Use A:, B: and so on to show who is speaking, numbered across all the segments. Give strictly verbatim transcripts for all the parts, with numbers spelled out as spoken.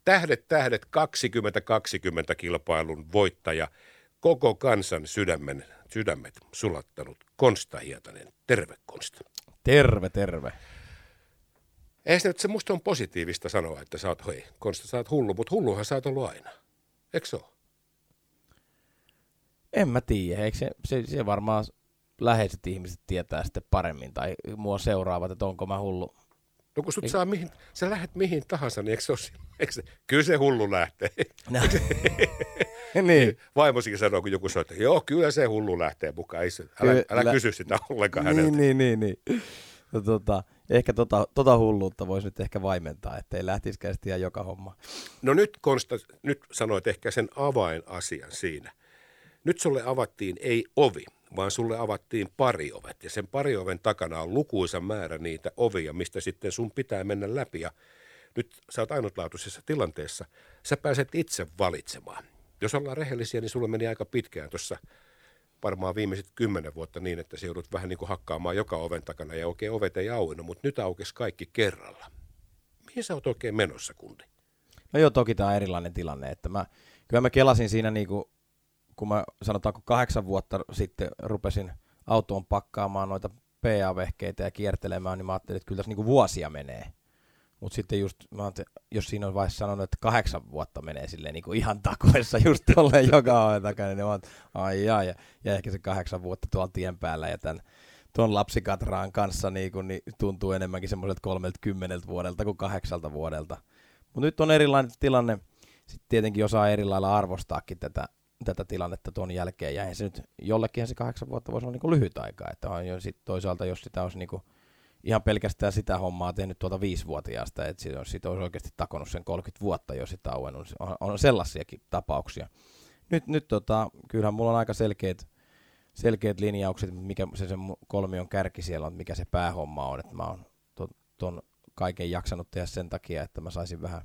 A: Tähdet, tähdet, kaksikymmentä-kaksikymmentä kilpailun voittaja, koko kansan sydämen, sydämet sulattanut Konsta Hietanen. Terve, Konsta.
B: Terve, terve.
A: Ei se, se musta on positiivista sanoa, että sä oot, hei, Konsta, sä oot hullu, mutta hulluhan sä oot ollut aina. Eikö se ole?
B: En mä tiedä, eikö se, se, se varmaan läheiset ihmiset tietää sitten paremmin tai mua seuraavat, että onko mä hullu.
A: No kun sut saa mihin, sä lähdet mihin tahansa, niin eikö se ole, eikö se, kyllä se hullu lähtee.
B: No. Niin.
A: Vaimosikin sanoo, kun joku sanoo, että joo, kyllä se hullu lähtee mukaan. Ei se, älä,
B: Kyllä.
A: älä kysy sitä ollenkaan
B: niin,
A: häneltä.
B: Niin, niin, niin. No, tota, ehkä tota, tota hulluutta voisi nyt ehkä vaimentaa, ettei lähtisikään sitten ihan joka homma.
A: No nyt Konsta, nyt sanoit ehkä sen avainasian siinä. Nyt sulle avattiin ei ovi, vaan sulle avattiin pariovet. Ja sen parioven takana on lukuisa määrä niitä ovia, mistä sitten sun pitää mennä läpi. Ja nyt sä oot ainutlaatuisessa tilanteessa. Sä pääset itse valitsemaan. Jos ollaan rehellisiä, niin sulle meni aika pitkään tuossa varmaan viimeiset kymmenen vuotta niin, että sä joudut vähän niin kuin hakkaamaan joka oven takana ja oikein ovet ei auennut, mutta nyt aukesi kaikki kerralla. Mihin sä oot oikein menossa, kundi?
B: No joo, toki tämä on erilainen tilanne. Että mä, kyllä mä kelasin siinä, niin kuin, kun mä sanotaanko kahdeksan vuotta sitten rupesin autoon pakkaamaan noita P A-vehkeitä ja kiertelemään, niin mä ajattelin, että kyllä tässä niin kuin vuosia menee. Mutta sitten just, mä jos siinä on vaiheessa sanonut, että kahdeksan vuotta menee silleen niin kuin ihan takoissa just tolleen joka oven takana, niin mä oon, ai jaa, ja, ja ehkä se kahdeksan vuotta tuolla tien päällä ja tämän tuon lapsikatraan kanssa niin, kun, niin tuntuu enemmänkin semmoiselta kolmeltakymmeneltä vuodelta kuin kahdeksalta vuodelta. Mutta nyt on erilainen tilanne, sitten tietenkin osaa eri lailla arvostaakin tätä, tätä tilannetta tuon jälkeen, ja se nyt jollekin se kahdeksan vuotta voisi olla niin kuin lyhyt aika, että on jo sit toisaalta, jos sitä olisi niin kuin ihan pelkästään sitä hommaa tehnyt tuolta viisivuotiaasta, että siitä olisi, siitä olisi oikeasti takonut sen kolmekymmentä vuotta jo sitä auennut. On, on sellaisiakin tapauksia. Nyt, nyt tota, kyllähän mulla on aika selkeät, selkeät linjaukset, mikä se, se kolmion kärki siellä on, mikä se päähomma on. Että mä oon ton kaiken jaksanut tehdä sen takia, että mä saisin vähän,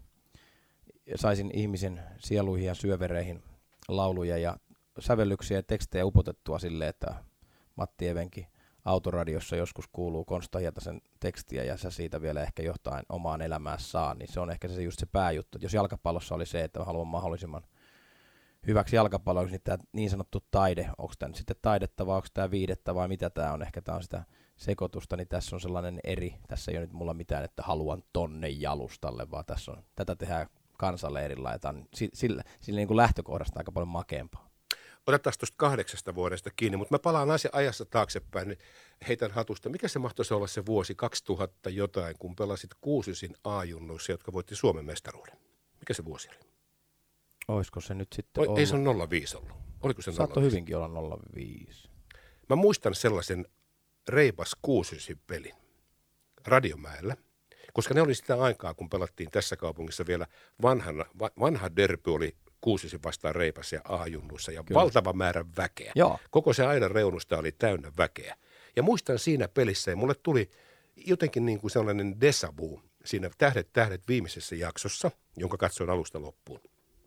B: saisin ihmisen sieluihin ja syövereihin lauluja ja sävellyksiä ja tekstejä upotettua silleen, että Matti Evenkin autoradiossa joskus kuuluu Konsta Hietasen tekstiä ja sä siitä vielä ehkä jotain omaan elämään saa, niin se on ehkä se just se pääjuttu. Jos jalkapallossa oli se, että mä haluan mahdollisimman hyväksi jalkapalloksi, niin tämä niin sanottu taide, onko tämä nyt sitten taidetta vai onko tämä viidettä vai mitä tämä on, ehkä tämä on sitä sekoitusta, niin tässä on sellainen eri, tässä ei ole nyt mulla mitään, että haluan tonne jalustalle, vaan tässä on, tätä tehdään kansalle erilainen, tämä on sillä, sillä niin kuin lähtökohdasta aika paljon makeampaa.
A: Otetaan tuosta kahdeksasta vuodesta kiinni, mutta mä palaan ajassa taaksepäin, niin heitän hatusta. Mikä se mahtoisi olla se vuosi kaksituhatta jotain, kun pelasit Kuusysin A-junnuissa, jotka voitti Suomen mestaruuden? Mikä se vuosi oli?
B: Olisiko se nyt sitten
A: Oi,
B: ollut?
A: Ei se ole nolla viisi ollut. Oliko se
B: Saattoi hyvinkin olla nolla viisi.
A: Mä muistan sellaisen reipas Kuusysin pelin Radiomäellä, koska ne oli sitä aikaa, kun pelattiin tässä kaupungissa vielä vanhana, vanha derby oli Kuusysin vastaan Reipas ja A-junnuissa ja Kyllä. valtava määrä väkeä.
B: Joo.
A: Koko se aidan reunusta oli täynnä väkeä. Ja muistan siinä pelissä, ja mulle tuli jotenkin niin kuin sellainen déjà vu siinä Tähdet tähdet viimeisessä jaksossa, jonka katsoin alusta loppuun.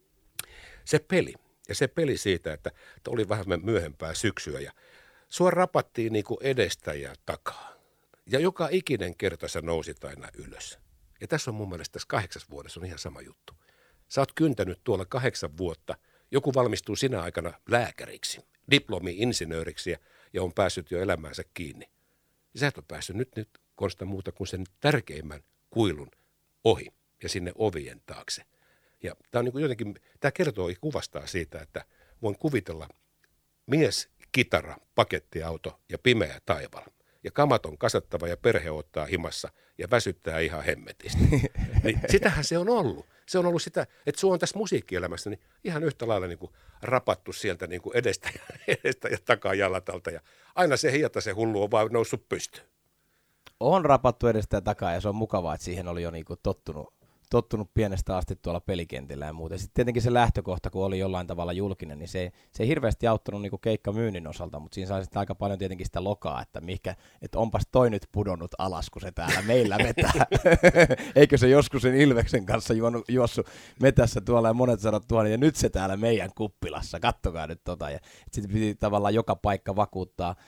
A: Se peli, ja se peli siitä, että, että oli vähän myöhempää syksyä, ja sua rapattiin niin kuin edestä ja takaa. Ja joka ikinen kerta sä nousit aina ylös. Ja tässä on mun mielestä tässä kahdeksas vuodessa on ihan sama juttu. Sä oot kyntänyt tuolla kahdeksan vuotta. Joku valmistuu sinä aikana lääkäriksi, diplomi-insinööriksi ja, ja on päässyt jo elämäänsä kiinni. Ja sä et ole päässyt nyt, nyt Konsta muuta kuin sen tärkeimmän kuilun ohi ja sinne ovien taakse. Ja tää on niin kuin jotenkin, tää kertoo ja kuvastaa siitä, että voin kuvitella mies, kitara, pakettiauto ja pimeä taivaalla. Ja kamat on kasattava ja perhe ottaa himassa ja väsyttää ihan hemmetisti. Niin sitähän se on ollut. Se on ollut sitä, että sua on tässä musiikkielämässä niin ihan yhtä lailla niin kuin rapattu sieltä niin kuin edestä, ja, edestä ja takaa jalatalta. Ja aina se hiata se hullu on vaan noussut pystyyn.
B: On rapattu edestä ja takaa ja se on mukavaa, että siihen oli jo niin kuin tottunut, tottunut pienestä asti tuolla pelikentillä ja muuta. Sitten tietenkin se lähtökohta, kun oli jollain tavalla julkinen, niin se ei, se ei hirveästi auttanut niin kuin keikkamyynnin osalta, mutta siinä sai sitten aika paljon tietenkin sitä lokaa, että, mikä, että onpas toi nyt pudonnut alas, kun se täällä meillä vetää. Eikö se joskus sen Ilveksen kanssa juonut, juossut metässä tuolla ja monet sanot tuolla, ja nyt se täällä meidän kuppilassa, kattokaa nyt tota. Ja sitten piti tavallaan joka paikka vakuuttaa,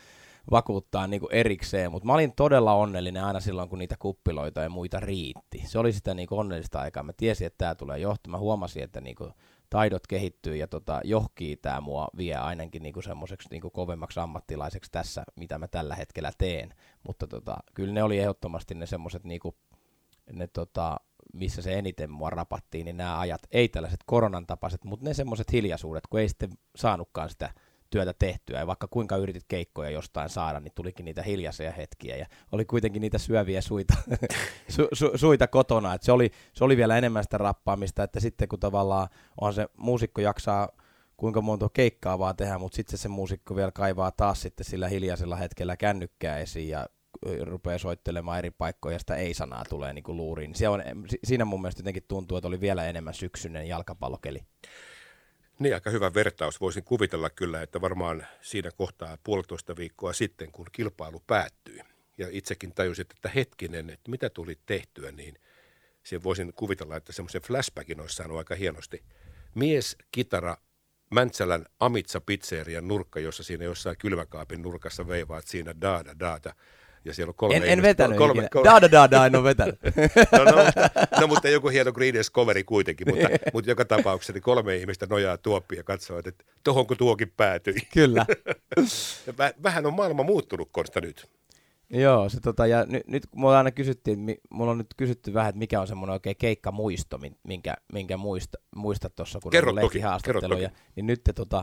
B: vakuuttaa niin kuin erikseen, mutta mä olin todella onnellinen aina silloin, kun niitä kuppiloita ja muita riitti. Se oli sitä niin kuin onnellista aikaa. Mä tiesin, että tämä tulee johtamaan. Mä huomasin, että niin kuin taidot kehittyy ja tota, johkii tämä mua vie ainakin niin kuin semmoiseksi niin kuin kovemmaksi ammattilaiseksi tässä, mitä mä tällä hetkellä teen. Mutta tota, kyllä ne oli ehdottomasti ne semmoiset, niin kuin, ne tota, missä se eniten mua rapattiin, niin nämä ajat, ei tällaiset koronan tapaiset, mutta ne semmoiset hiljaisuudet, kun ei sitten saanutkaan sitä työtä tehtyä, ja vaikka kuinka yritit keikkoja jostain saada, niin tulikin niitä hiljaisia hetkiä, ja oli kuitenkin niitä syöviä suita, su, su, suita kotona, että se oli, se oli vielä enemmän sitä rappaamista, että sitten kun tavallaan on se muusikko jaksaa kuinka monta keikkaa vaan tehdä, mutta sitten se, se muusikko vielä kaivaa taas sitten sillä hiljaisella hetkellä kännykkää esiin, ja rupeaa soittelemaan eri paikkoja, ja sitä ei-sanaa tulee niin kuin luuriin. Se on, siinä mun mielestä jotenkin tuntuu, että oli vielä enemmän syksyinen jalkapallokeli.
A: Niin, aika hyvä vertaus. Voisin kuvitella kyllä, että varmaan siinä kohtaa puolitoista viikkoa sitten, kun kilpailu päättyi, ja itsekin tajusit, että hetkinen, että mitä tuli tehtyä, niin siihen voisin kuvitella, että semmoisen flashbackin olisi saanut aika hienosti. Mies, kitara, Mäntsälän Amitsa pizzerian nurkka, jossa siinä jossain kylmäkaapin nurkassa veivaat siinä daada daata. Ja siellä on kolme
B: en, en
A: ihmistä,
B: vetänyt
A: kolme,
B: ikinä.
A: kolme.
B: Da, da, da, da, en ole vetänyt.
A: no, no, mutta, no, mutta joku hieno Creedence coveri kuitenkin, mutta, mutta joka tapauksessa niin kolme ihmistä nojaa tuoppiin ja katsoo, että tohonko tuokin päätyi.
B: Kyllä.
A: Vähän on maailma muuttunut Konsta nyt.
B: Joo, se tota, ja nyt, nyt mulla aina kysyttiin, mulla on nyt kysytty vähän, että mikä on semmoinen oikein keikkamuisto, minkä, minkä muista, muistat tuossa, kun
A: kerro
B: on lehtihaastatteluja, niin nyt te tota,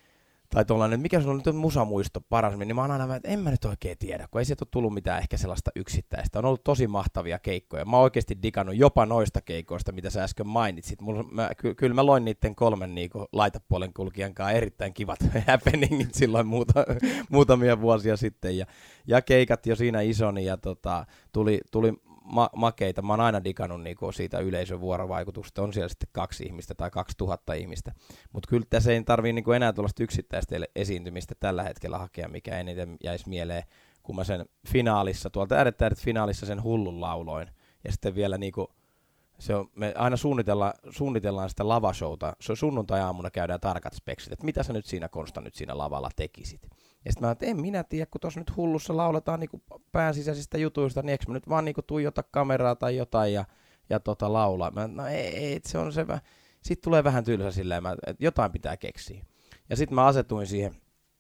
B: tai tuollainen, mikä sulla on nyt musamuisto paras, niin mä oon aina, että en mä nyt oikein tiedä, kun ei sieltä ole tullut mitään ehkä sellaista yksittäistä. On ollut tosi mahtavia keikkoja. Mä oon oikeasti digannut jopa noista keikoista, mitä sä äsken mainitsit. Mulla, mä, ky, kyllä mä loin niiden kolmen niin kuin laitapuolen kulkijan kanssa erittäin kivat happeningit silloin muuta, muutamia vuosia sitten. Ja, ja keikat jo siinä isoni ja tota, tuli, tuli ma- makeita. Mä oon aina digannut niinku siitä yleisön vuorovaikutusta. On siellä sitten kaksi ihmistä tai kaksi tuhatta ihmistä. Mutta kyllä tässä ei tarvii niinku enää tuollaista yksittäistä esiintymistä tällä hetkellä hakea, mikä eniten jäisi mieleen, kun mä sen finaalissa, tuolta äärettä finaalissa sen hullun lauloin. Ja sitten vielä niinku, se on, me aina suunnitellaan, suunnitellaan sitä lavashowta. Se on sunnuntai-aamuna käydään tarkat speksit, että mitä sä nyt siinä Konsta nyt siinä lavalla tekisit. Ja sitten mä että en minä tiedä, kun tuossa nyt hullussa lauletaan niinku pään sisäisistä jutuista, niin eikö mä nyt vaan niinku tuijota kameraa tai jotain ja, ja tota laulaa. Mä, no ei, ei, se on se, sitten tulee vähän tylsä silleen, että jotain pitää keksiä. Ja sitten mä asetuin siihen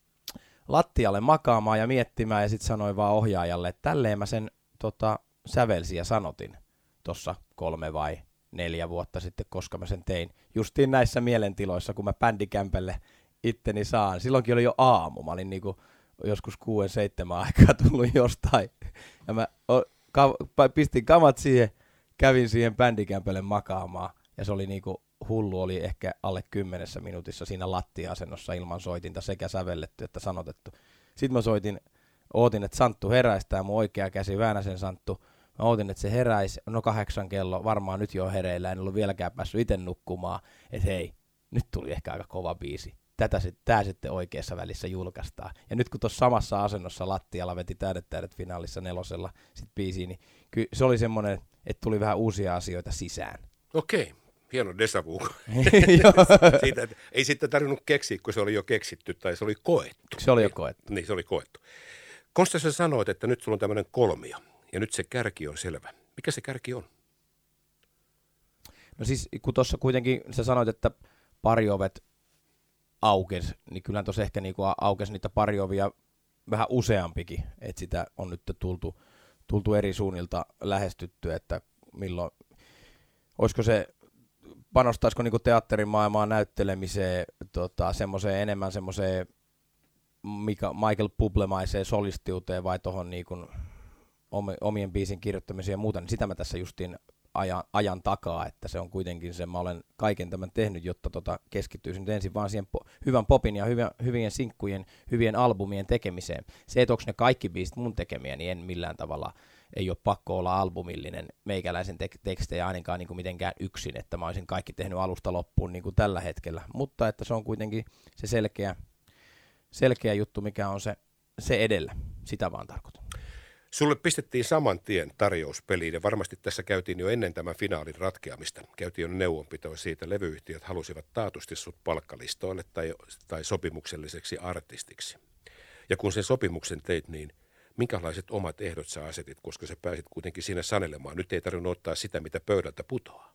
B: lattialle makaamaan ja miettimään ja sitten sanoin vaan ohjaajalle, että tälleen mä sen tota, sävelsin ja sanotin tuossa kolme vai neljä vuotta sitten, koska mä sen tein. Justiin näissä mielentiloissa, kun mä bändikämpälle itteni saan. Silloinkin oli jo aamu. Mä olin niinku joskus kuuden, seitsemän aikaa tullut jostain. Ja mä o, ka, pistin kamat siihen, kävin siihen bändikämpälle makaamaan. Ja se oli niinku hullu, oli ehkä alle kymmenessä minuutissa siinä lattia-asennossa ilman soitinta sekä sävelletty että sanotettu. Sitten mä soitin, ootin, että Santtu heräisi, tää mun oikea käsi Väänäsen Santtu. Mä ootin, että se heräisi, no kahdeksan kello, varmaan nyt jo hereillä, en ollut vieläkään päässyt itse nukkumaan. Että hei, nyt tuli ehkä aika kova biisi. Tätä sit, tää sitten oikeassa välissä julkaistaan. Ja nyt kun tuossa samassa asennossa lattialla veti Täydet täydet finaalissa nelosella sit biisiin, niin kyllä se oli semmoinen, että tuli vähän uusia asioita sisään.
A: Okei, hieno déjà vu. Siitä, ei sitten tarvinnut keksiä, kun se oli jo keksitty tai se oli koettu.
B: Se oli jo koettu.
A: Niin, se oli koettu. Konsta, sä sanoit, että nyt sulla on tämmöinen kolmio ja nyt se kärki on selvä. Mikä se kärki on?
B: No siis kun tuossa kuitenkin sä sanoit, että pariovet aukesi, niin kyllä tuossa ehkä niinku aukesi niitä pariovia vähän useampikin, että sitä on nyt tultu, tultu eri suunnilta lähestytty, että milloin, olisiko se, panostaisiko niinku teatterin maailmaan näyttelemiseen, tota, semmoiseen enemmän semmoiseen Michael Bublé-maiseen solistiuteen vai tuohon niinku omien biisin kirjoittamiseen ja muuta, niin sitä mä tässä justiin ajan, ajan takaa, että se on kuitenkin se, mä olen kaiken tämän tehnyt, jotta tota keskittyisin nyt ensin vaan siihen po- hyvän popin ja hyvä, hyvien sinkkujen, hyvien albumien tekemiseen. Se, että onko ne kaikki biisit mun tekemiä, niin en millään tavalla, ei ole pakko olla albumillinen meikäläisen tek- tekstejä ainakaan niin kuin mitenkään yksin, että mä olisin kaikki tehnyt alusta loppuun niin kuin tällä hetkellä, mutta että se on kuitenkin se selkeä, selkeä juttu, mikä on se, se edellä, sitä vaan tarkoitan.
A: Sulle pistettiin saman tien tarjouspeliin ja varmasti tässä käytiin jo ennen tämän finaalin ratkeamista. Käytiin jo neuvonpitoa siitä, levyyhtiöt halusivat taatusti sut palkkalistoille tai, tai sopimukselliseksi artistiksi. Ja kun sen sopimuksen teit, niin minkälaiset omat ehdot sä asetit, koska sä pääsit kuitenkin siinä sanelemaan. Nyt ei tarvinnut ottaa sitä, mitä pöydältä putoaa.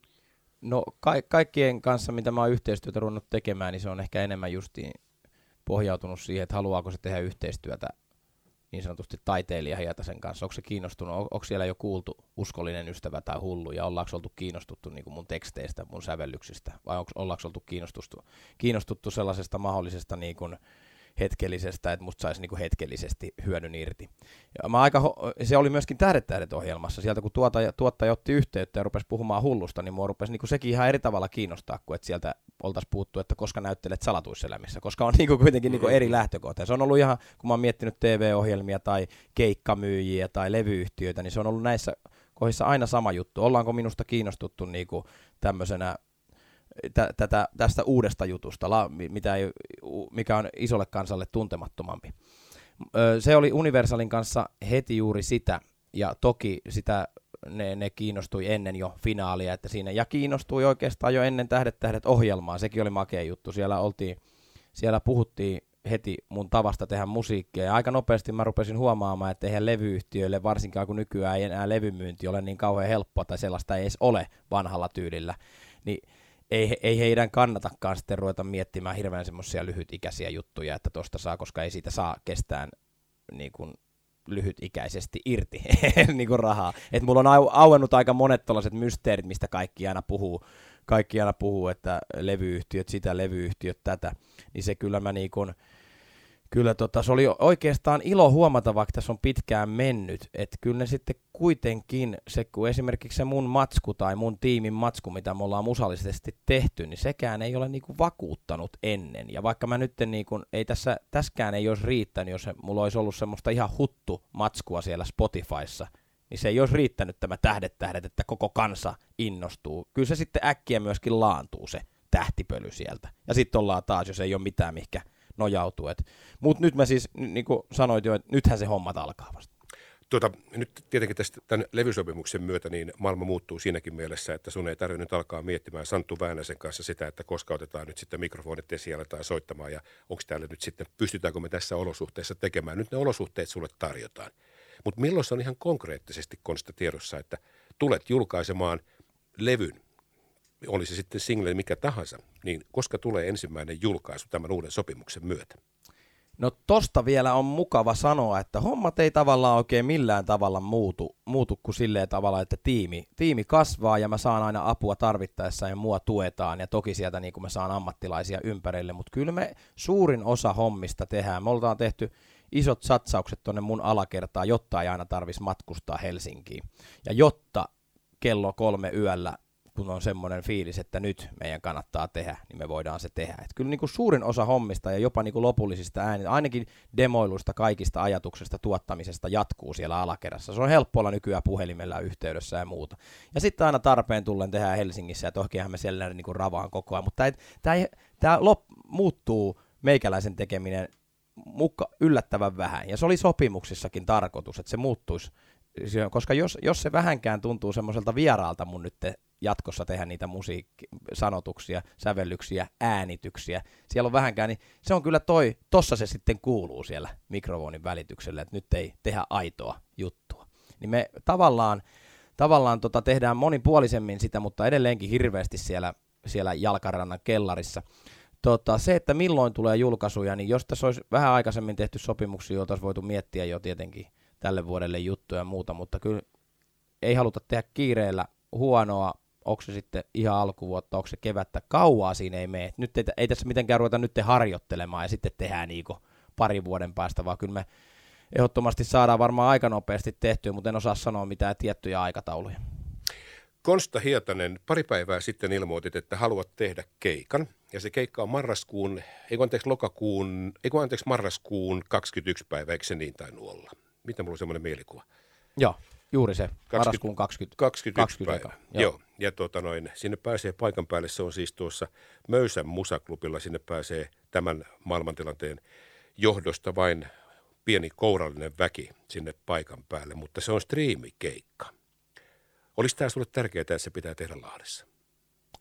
B: No ka- kaikkien kanssa, mitä mä oon yhteistyötä ruvennut tekemään, niin se on ehkä enemmän justiin pohjautunut siihen, että haluaako se tehdä yhteistyötä niin sanotusti taiteilijahietasen kanssa. Onko se kiinnostunut, on, onko siellä jo kuultu uskollinen ystävä tai hullu, ja ollaanko oltu kiinnostuttu niin kuin mun teksteistä, mun sävellyksistä, vai onko, ollaanko oltu kiinnostuttu, kiinnostuttu sellaisesta mahdollisesta niin kuin hetkellisestä, että musta saisi niinku hetkellisesti hyödyn irti. Ja mä aika ho- se oli myöskin Tähdet tähdet -ohjelmassa. Sieltä kun tuottaja, tuottaja otti yhteyttä ja rupesi puhumaan hullusta, niin mua rupesi niinku sekin ihan eri tavalla kiinnostaa, kuin että sieltä oltaisiin puhuttu, että koska näyttelet Salatuisselämissä, koska on niinku kuitenkin niinku eri lähtökohta. Se on ollut ihan, kun mä oon miettinyt T V-ohjelmia tai keikkamyyjiä tai levyyhtiöitä, niin se on ollut näissä kohdissa aina sama juttu. Ollaanko minusta kiinnostuttu niinku tämmöisenä Tätä, tästä uudesta jutusta, mitä ei, mikä on isolle kansalle tuntemattomampi. Se oli Universalin kanssa heti juuri sitä, ja toki sitä ne, ne kiinnostui ennen jo finaalia, että siinä, ja kiinnostui oikeastaan jo ennen Tähdet tähdet -ohjelmaa, sekin oli makea juttu. Siellä, oltiin, siellä puhuttiin heti mun tavasta tehdä musiikkia, ja aika nopeasti mä rupesin huomaamaan, että eihän levyyhtiöille, varsinkaan kun nykyään ei enää levymyynti ole niin kauhean helppoa, tai sellaista ei edes ole vanhalla tyylillä, niin Ei, ei heidän kannatakaan sitten ruveta miettimään hirveän semmoisia lyhytikäisiä juttuja, että tosta saa, koska ei siitä saa kestään niin kuin lyhytikäisesti irti niin kuin rahaa. Et mulla on au, auennut aika monet tällaiset mysteerit, mistä kaikki aina puhuu, kaikki aina puhuu, että levyyhtiöt sitä, levyyhtiöt tätä, niin se kyllä mä niin kuin, Kyllä tota, se oli oikeastaan ilo huomata, vaikka tässä on pitkään mennyt, että kyllä ne sitten kuitenkin, se, kun esimerkiksi se mun matsku tai mun tiimin matsku, mitä me ollaan musallisesti tehty, niin sekään ei ole niinku vakuuttanut ennen. Ja vaikka mä nyt niinku, ei tässä, täskään ei olisi riittänyt, jos mulla olisi ollut semmoista ihan huttu matskua siellä Spotifyssa, niin se ei olisi riittänyt tämä Tähdet tähdet, että koko kansa innostuu. Kyllä se sitten äkkiä myöskin laantuu se tähtipöly sieltä. Ja sitten ollaan taas, jos ei ole mitään mihinkä nojautuu. Mutta nyt mä siis, niin kuin sanoit jo, että nythän se hommat alkaa vasta.
A: Tuota, nyt tietenkin tästä tämän levysopimuksen myötä niin maailma muuttuu siinäkin mielessä, että sun ei tarvitse nyt alkaa miettimään Santtu Väänäsen kanssa sitä, että koska otetaan nyt sitten mikrofonit esiin ja aletaan soittamaan ja onko täällä nyt sitten, pystytäänkö me tässä olosuhteessa tekemään. Nyt ne olosuhteet sulle tarjotaan. Mutta milloin se on ihan konkreettisesti Konsta tiedossa, että tulet julkaisemaan levyn, oli se sitten single mikä tahansa, niin koska tulee ensimmäinen julkaisu tämän uuden sopimuksen myötä?
B: No tosta vielä on mukava sanoa, että hommat ei tavallaan oikein millään tavalla muutu, muutu kuin silleen tavalla, että tiimi, tiimi kasvaa ja mä saan aina apua tarvittaessa ja mua tuetaan ja toki sieltä niin kuin mä saan ammattilaisia ympärille, mutta kyllä me suurin osa hommista tehdään. Me ollaan tehty isot satsaukset tonne mun alakertaan, jotta ei aina tarvitsisi matkustaa Helsinkiin ja jotta kello kolme yöllä kun on semmoinen fiilis, että nyt meidän kannattaa tehdä, niin me voidaan se tehdä. Et kyllä niin kuin suurin osa hommista ja jopa niin kuin lopullisista äänistä, ainakin demoilusta, kaikista ajatuksesta, tuottamisesta jatkuu siellä alakerrassa. Se on helppo olla nykyään puhelimella yhteydessä ja muuta. Ja sitten aina tarpeen tullen tehdään Helsingissä, ja tohkiinhan me siellä niin kuin ravaan koko ajan. Mutta tämä muuttuu meikäläisen tekeminen muka yllättävän vähän. Ja se oli sopimuksissakin tarkoitus, että se muuttuisi. Koska jos, jos se vähänkään tuntuu semmoiselta vieraalta mun nyt te, jatkossa tehdä niitä musiikkisanotuksia, sävellyksiä, äänityksiä, siellä on vähänkään, niin se on kyllä toi, tossa se sitten kuuluu siellä mikrofonin välityksellä, että nyt ei tehdä aitoa juttua. Niin me tavallaan, tavallaan tota tehdään monipuolisemmin sitä, mutta edelleenkin hirveästi siellä, siellä Jalkarannan kellarissa. Tota, se, että milloin tulee julkaisuja, niin jos tässä olisi vähän aikaisemmin tehty sopimuksia, joita olisi voitu miettiä jo tietenkin tälle vuodelle juttuja ja muuta, mutta kyllä ei haluta tehdä kiireellä huonoa, onko se sitten ihan alkuvuotta, onko se kevättä, kauaa siinä ei mene. Nyt ei, ei tässä mitenkään ruveta nyt harjoittelemaan ja sitten tehdään niinku parin vuoden päästä, vaan kyllä me ehdottomasti saadaan varmaan aika nopeasti tehtyä, mutta en osaa sanoa mitään tiettyjä aikatauluja.
A: Konsta Hietanen, pari päivää sitten ilmoitit, että haluat tehdä keikan, ja se keikka on marraskuun, eikö anteeksi lokakuun, eikö anteeksi marraskuun kaksikymmentäyksi päivä, eikö se niin tainnut olla? Mitä mulla on semmoinen mielikuva?
B: Joo, juuri se, marraskuun kaksikymmentä,
A: kaksikymmentäyksi päivä. Joo. Joo, ja tuota noin, sinne pääsee paikan päälle, se on siis tuossa Möysän musaklubilla, sinne pääsee tämän maailmantilanteen johdosta vain pieni kourallinen väki sinne paikan päälle, mutta se on striimikeikka. Olisi tämä sulle tärkeää, että se pitää tehdä Lahdessa?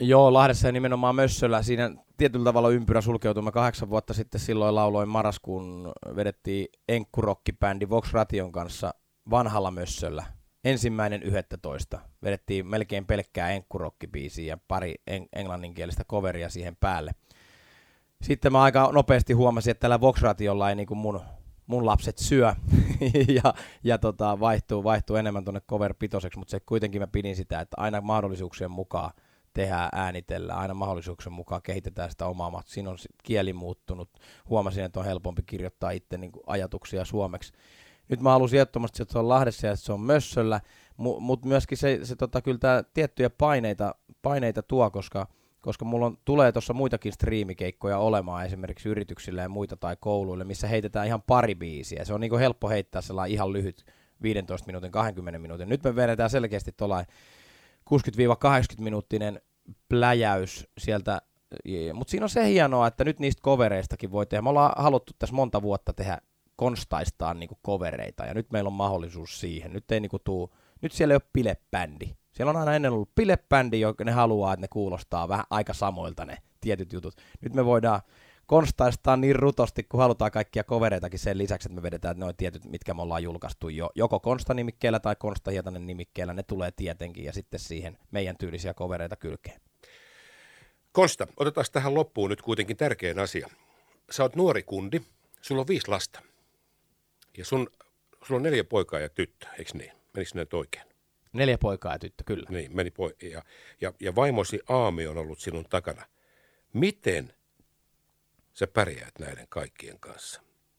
B: Joo, Lahdessa ja nimenomaan Mössöllä. Siinä tietyllä tavalla ympyrä sulkeutui. Mä kahdeksan vuotta sitten silloin lauloin marraskuun, vedettiin enkkurokkibändi Vox Ration kanssa vanhalla Mössöllä. Ensimmäinen yhdestoista Vedettiin melkein pelkkää enkkurokkibiisiä ja pari en- englanninkielistä coveria siihen päälle. Sitten mä aika nopeasti huomasin, että tällä Vox Rationlla ei niin kuin mun, mun lapset syö ja, ja tota, vaihtuu, vaihtuu enemmän tuonne cover-pitoiseksi, mutta se kuitenkin mä pidin sitä, että aina mahdollisuuksien mukaan tehdään, äänitellään, aina mahdollisuuksien mukaan kehitetään sitä omaa. Siinä on kieli muuttunut. Huomasin, että on helpompi kirjoittaa itse niin kuin ajatuksia suomeksi. Nyt mä halusin ehdottomasti, että se on Lahdessa ja että se on Mössöllä, mutta myöskin se, se tota, kyllä tää tiettyjä paineita, paineita tuo, koska, koska mulla on, tulee tuossa muitakin striimikeikkoja olemaan esimerkiksi yrityksille ja muita tai kouluille, missä heitetään ihan pari biisiä. Se on niinku helppo heittää sellainen ihan lyhyt viidentoista minuutin, kaksikymmentä minuutin. Nyt me vedetään selkeästi tuollainen kuusikymmentä kahdeksankymmentä minuuttinen pläjäys sieltä, mutta siinä on se hienoa, että nyt niistä covereistakin voi tehdä. Me ollaan haluttu tässä monta vuotta tehdä konstaistaan niinku covereita, ja nyt meillä on mahdollisuus siihen. Nyt ei niinku tuu, nyt siellä ei ole bilebändi. Siellä on aina ennen ollut bilebändi, joka ne haluaa, että ne kuulostaa vähän aika samoilta ne tietyt jutut. Nyt me voidaan konstaistaan niin rutosti, kun halutaan kaikkia covereitakin sen lisäksi, että me vedetään noin tietyt, mitkä me ollaan julkaistu jo. Joko Konsta-nimikkeellä tai Konsta Hietanen nimikkeellä, ne tulee tietenkin, ja sitten siihen meidän tyylisiä covereita kylkeen.
A: Konsta, otetaan tähän loppuun nyt kuitenkin tärkein asia. Sä oot nuori kundi, sulla on viisi lasta. Ja sun, sulla on neljä poikaa ja tyttö, eikö niin? Menikö ne nyt oikein?
B: Neljä poikaa ja tyttö, kyllä.
A: Niin, meni poi- ja, ja, ja vaimosi Aami on ollut sinun takana. Miten sä pärjäät näiden kaikkien kanssa?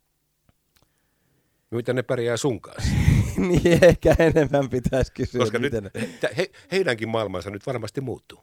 A: Miten ne pärjää sun kanssa?
B: Niin ehkä enemmän pitäisi kysyä.
A: Koska nyt
B: miten...
A: he, heidänkin maailmansa nyt varmasti muuttuu.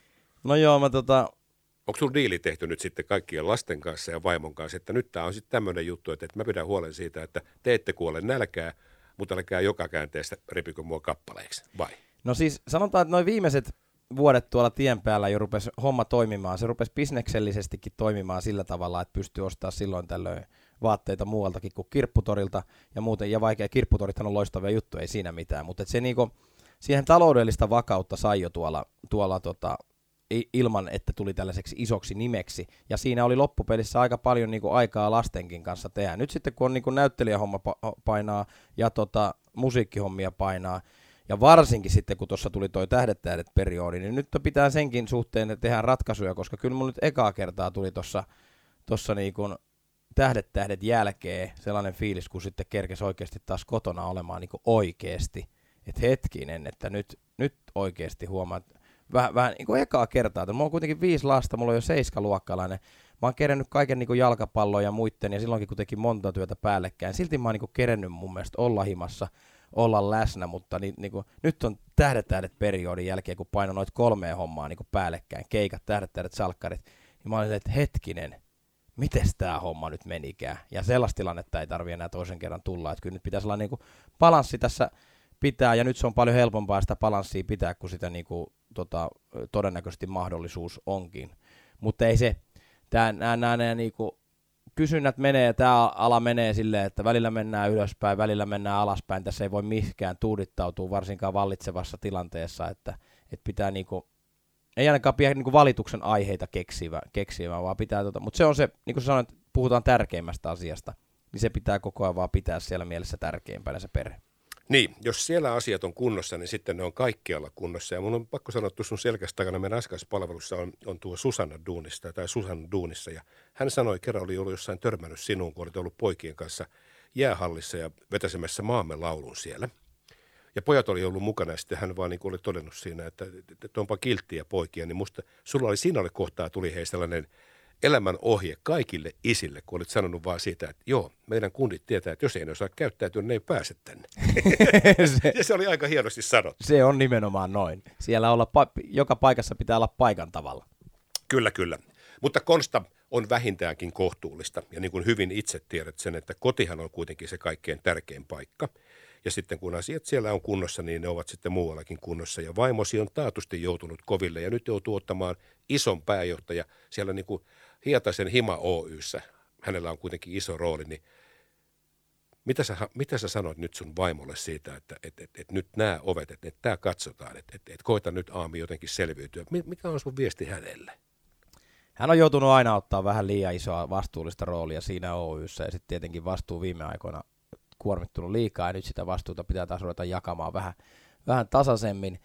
B: No joo, mä tota...
A: Onko sulla diili tehty nyt sitten kaikkien lasten kanssa ja vaimon kanssa, että nyt tää on sitten tämmöinen juttu, että mä pidän huolen siitä, että te ette kuole nälkää, mutta älkää joka käänteestä repikö mua kappaleiksi, vai?
B: No siis sanotaan, että noin viimeiset vuodet tuolla tien päällä jo rupesi homma toimimaan. Se rupesi bisneksellisestikin toimimaan sillä tavalla, että pystyy ostamaan silloin tällöin vaatteita muualtakin kuin Kirpputorilta ja muuten. Ja vaikea, Kirpputorithan on loistavia juttuja, ei siinä mitään. Mutta se niinku, siihen taloudellista vakautta sai jo tuolla, tuolla tota, ilman, että tuli tällaiseksi isoksi nimeksi. Ja siinä oli loppupelissä aika paljon niinku aikaa lastenkin kanssa tehdä. Nyt sitten kun on niinku näyttelijähomma painaa ja tota, musiikkihommia painaa, ja varsinkin sitten, kun tuossa tuli toi Tähdet tähdet -periodi, niin nyt pitää senkin suhteen, että tehdään ratkaisuja, koska kyllä mulla nyt ekaa kertaa tuli tuossa tossa niin kuin Tähdet tähdet jälkeen sellainen fiilis, kun sitten kerkesi oikeasti taas kotona olemaan niin kuin oikeasti. Että hetkinen, että nyt, nyt oikeasti huomaat, vähän, vähän niin kuin ekaa kertaa, että mulla on kuitenkin viisi lasta, mulla on jo seiskaluokkalainen, mä oon kerennyt kaiken niin kuin jalkapallon ja muitten, ja silloinkin kun tekin monta työtä päällekkäin, silti mä oon niin kuin kerennyt mun mielestä olla himassa, olla läsnä, mutta ni, niinku, nyt on Tähdet tähdet -periodin jälkeen, kun paino noita kolmea hommaa niinku päällekkäin, keikat, Tähdet tähdet, salkkarit, niin mä olin, että hetkinen, mites tää homma nyt menikään? Ja sellaista tilannetta ei tarvitse enää toisen kerran tulla, että kyllä nyt pitäisi olla niinku balanssi tässä pitää, ja nyt se on paljon helpompaa sitä balanssia pitää, kun sitä niinku, tota, todennäköisesti mahdollisuus onkin. Mutta ei se, tää, nää, nää, nää niinku, kysynnät menee ja tämä ala menee silleen, että välillä mennään ylöspäin, välillä mennään alaspäin. Tässä ei voi mihinkään tuudittautua, varsinkaan vallitsevassa tilanteessa, että, että pitää niinku, ei ainakaan pidä niinku valituksen aiheita keksivä, keksivä vaan pitää, tota, mutta se on se, niin kuin sanoin, että puhutaan tärkeimmästä asiasta, niin se pitää koko ajan vaan pitää siellä mielessä tärkeimpänä se perhe.
A: Niin, jos siellä asiat on kunnossa, niin sitten ne on kaikkialla kunnossa. Ja mun on pakko sanoa, että sun selkästä takana meidän raskauspalvelussa on, on tuo Susanna duunista, tai Susanna duunissa. Ja hän sanoi, kerran oli ollut jossain törmännyt sinuun, kun olet ollut poikien kanssa jäähallissa ja vetäsemässä maamme laulun siellä. Ja pojat oli ollut mukana ja sitten hän vaan niin kuin oli todennut siinä, että, että onpa kilttiä poikia. Niin musta, sulla oli siinä oli kohtaa, tuli hei sellainen elämän ohje kaikille isille, kun olit sanonut vaan siitä, että joo, meidän kundit tietää, että jos ei ne osaa käyttäytyä, ne ei pääse tänne. se, ja se oli aika hienosti sanottu.
B: Se on nimenomaan noin. Siellä olla, joka paikassa pitää olla paikan tavalla.
A: Kyllä, kyllä. Mutta Konsta on vähintäänkin kohtuullista. Ja niin kuin hyvin itse tiedät sen, että kotihan on kuitenkin se kaikkein tärkein paikka. Ja sitten kun asiat siellä on kunnossa, niin ne ovat sitten muuallakin kunnossa. Ja vaimosi on taatusti joutunut koville ja nyt joutuu ottamaan ison pääjohtaja siellä niin kuin Hietasen Hima Oy:ssä. Hänellä on kuitenkin iso rooli, niin Mitä sä, mitä sä sanoit nyt sun vaimolle siitä, että et, et, et nyt nämä ovet, että et tämä katsotaan, että et, et koita nyt Aami jotenkin selviytyä. Mikä on sun viesti hänelle?
B: Hän on joutunut aina ottaa vähän liian isoa vastuullista roolia siinä Oy:ssä ja sitten tietenkin vastuu viime aikoina kuormittunut liikaa ja nyt sitä vastuuta pitää taas ruveta jakamaan vähän, vähän tasaisemmin.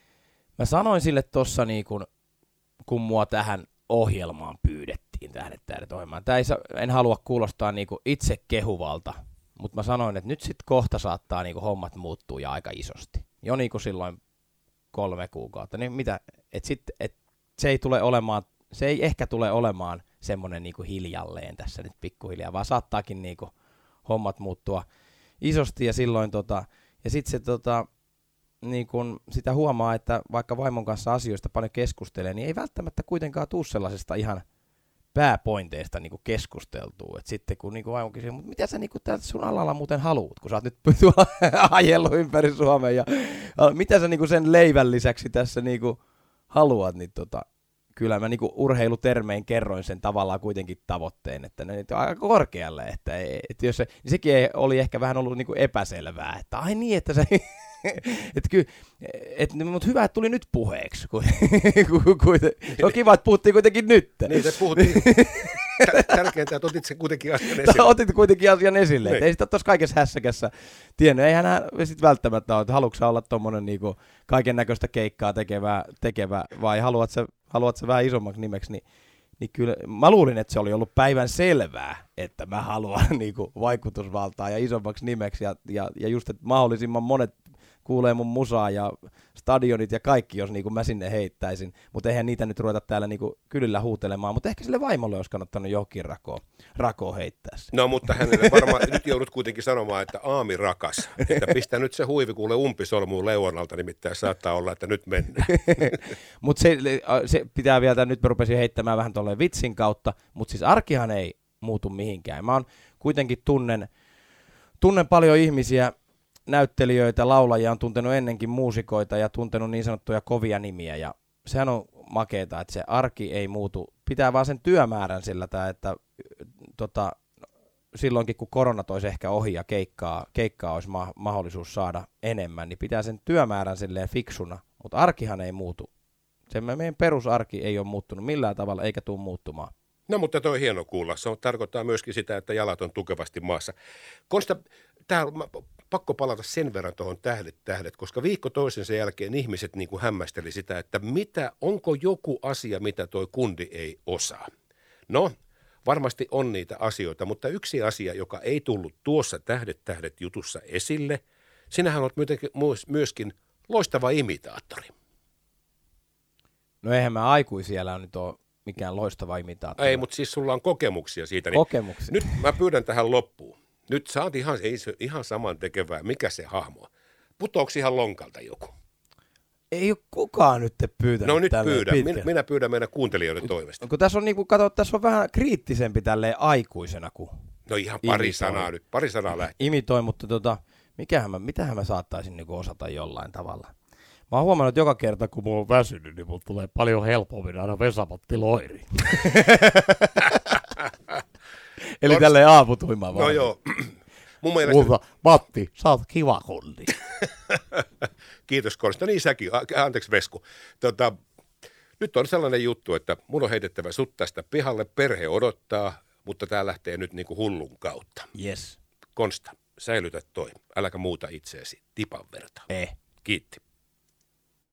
B: Mä sanoin sille tossa niin kun, kun mua tähän ohjelmaan pyydettiin, Tähdet tähdet ohjelmaan. Tää ei, en halua kuulostaa niin kuin itse kehuvalta, mutta mä sanoin, että nyt sit kohta saattaa niin kuin hommat muuttua ja aika isosti. Jo niin kuin silloin kolme kuukautta. Niin mitä, et sit, et se ei tule olemaan, se ei ehkä tule olemaan semmoinen niin kuin hiljalleen tässä nyt pikkuhiljaa, vaan saattaakin niin kuin hommat muuttua isosti ja silloin tota, ja sit se tota, niin kun sitä huomaa, että vaikka vaimon kanssa asioista paljon keskustelee, niin ei välttämättä kuitenkaan tule sellaisesta ihan pääpointeista niin keskusteltua. Et sitten kun niin vaimo kysyy, mutta mitä sä niin täältä sun alalla muuten haluut, kun sä oot nyt tuolla ajellut ympäri Suomen, ja mitä sä niin sen leivän lisäksi tässä niin haluat, niin tota, kyllä mä niin urheilutermein kerroin sen tavallaan kuitenkin tavoitteen, että ne on aika korkealle, että, että jos se, niin sekin ei, oli ehkä vähän ollut niin epäselvää, että ai niin, että se että kyllä, et, mutta hyvä, että tuli nyt puheeksi. Ku, ku, ku, se on kiva, että puhuttiin kuitenkin nyt.
A: Niin, se puhuttiin. Tärkeintä, että otit sen kuitenkin asian esille.
B: Otit kuitenkin asian esille. Ei sitä tuossa kaikessa hässäkässä tiennyt. Eihän hän sitten välttämättä ole, että haluatko sä olla tuommoinen niinku kaiken näköistä keikkaa tekevä, tekevä vai haluat sä, haluat sä vähän isommaksi nimeksi, niin niin kyllä mä luulin, että se oli ollut päivän selvää, että mä haluan niinku vaikutusvaltaa ja isommaksi nimeksi ja, ja, ja just, että mahdollisimman monet kuulee mun musaa ja stadionit ja kaikki, jos niinku mä sinne heittäisin. Mutta eihän niitä nyt ruveta täällä niinku kylillä huutelemaan, mutta ehkä sille vaimolle olisi kannattanut johonkin rakoon, rakoon heittää se.
A: No mutta hänelle varmaan nyt joudut kuitenkin sanomaan, että Aami rakas, että pistä nyt se huivi kuule umpisolmuun leuanalta, nimittäin saattaa olla, että nyt mennään.
B: Mutta se, se pitää vielä, nyt mä rupesin heittämään vähän tolleen vitsin kautta, mutta siis arkihan ei muutu mihinkään. Mä oon kuitenkin tunnen, tunnen paljon ihmisiä, näyttelijöitä, laulajia, on tuntenut ennenkin muusikoita ja tuntenut niin sanottuja kovia nimiä ja sehän on makeeta, että se arki ei muutu. Pitää vaan sen työmäärän sillä, tää, että tota, silloinkin kun korona toisi ehkä ohi ja keikkaa, keikkaa olisi ma- mahdollisuus saada enemmän, niin pitää sen työmäärän silleen fiksuna, mutta arkihan ei muutu. Se meidän perusarki ei ole muuttunut millään tavalla eikä tule muuttumaan.
A: No mutta toi on hieno kuulla. Se on, tarkoittaa myöskin sitä, että jalat on tukevasti maassa. Konsta, tää, pakko palata sen verran tuohon tähdet tähdet, koska viikko toisensa jälkeen ihmiset niin kuin hämmästeli sitä, että mitä, onko joku asia, mitä toi kundi ei osaa. No, varmasti on niitä asioita, mutta yksi asia, joka ei tullut tuossa tähdet tähdet jutussa esille, sinähän olet myöskin loistava imitaattori.
B: No eihän mä aikuisiellä nyt ole mikään loistava imitaattori.
A: Ei, mutta siis sulla on kokemuksia siitä. Niin
B: kokemuksia.
A: Nyt mä pyydän tähän loppuun. Nyt sä oot ihan, ei, ihan saman tekevää. Mikä se hahmo on? Putoako ihan lonkalta joku?
B: Ei ole kukaan nyt pyytänyt.
A: No nyt pyydän. Minä, minä pyydän meidän kuuntelijoiden toimesta.
B: Kun tässä on, niin kuin, kato, tässä on vähän kriittisempi tälleen aikuisena kuin
A: no ihan pari imitoi. sanaa nyt. Pari sanaa lähtee.
B: Imitoi, mutta tota, mikähän mä, mitähän mä saattaisin niin kuin osata jollain tavalla. Mä oon huomannut, että joka kerta, kun mulla on väsynyt, niin mulla tulee paljon helpommin aina Vesa-Matti Loiri. Eli tälleen aamutuimaan vaan.
A: No joo. Mun mielestä...
B: Mutta Matti, sä oot kiva kundi.
A: Kiitos Konsta. Niin säkin. Anteeksi Vesku. Tota, nyt on sellainen juttu, että mun on heitettävä sut tästä pihalle. Perhe odottaa, mutta tää lähtee nyt niinku hullun kautta.
B: Yes.
A: Konsta, säilytä toi. Äläkä muuta itseesi tipan verta.
B: Eh.
A: Kiitti.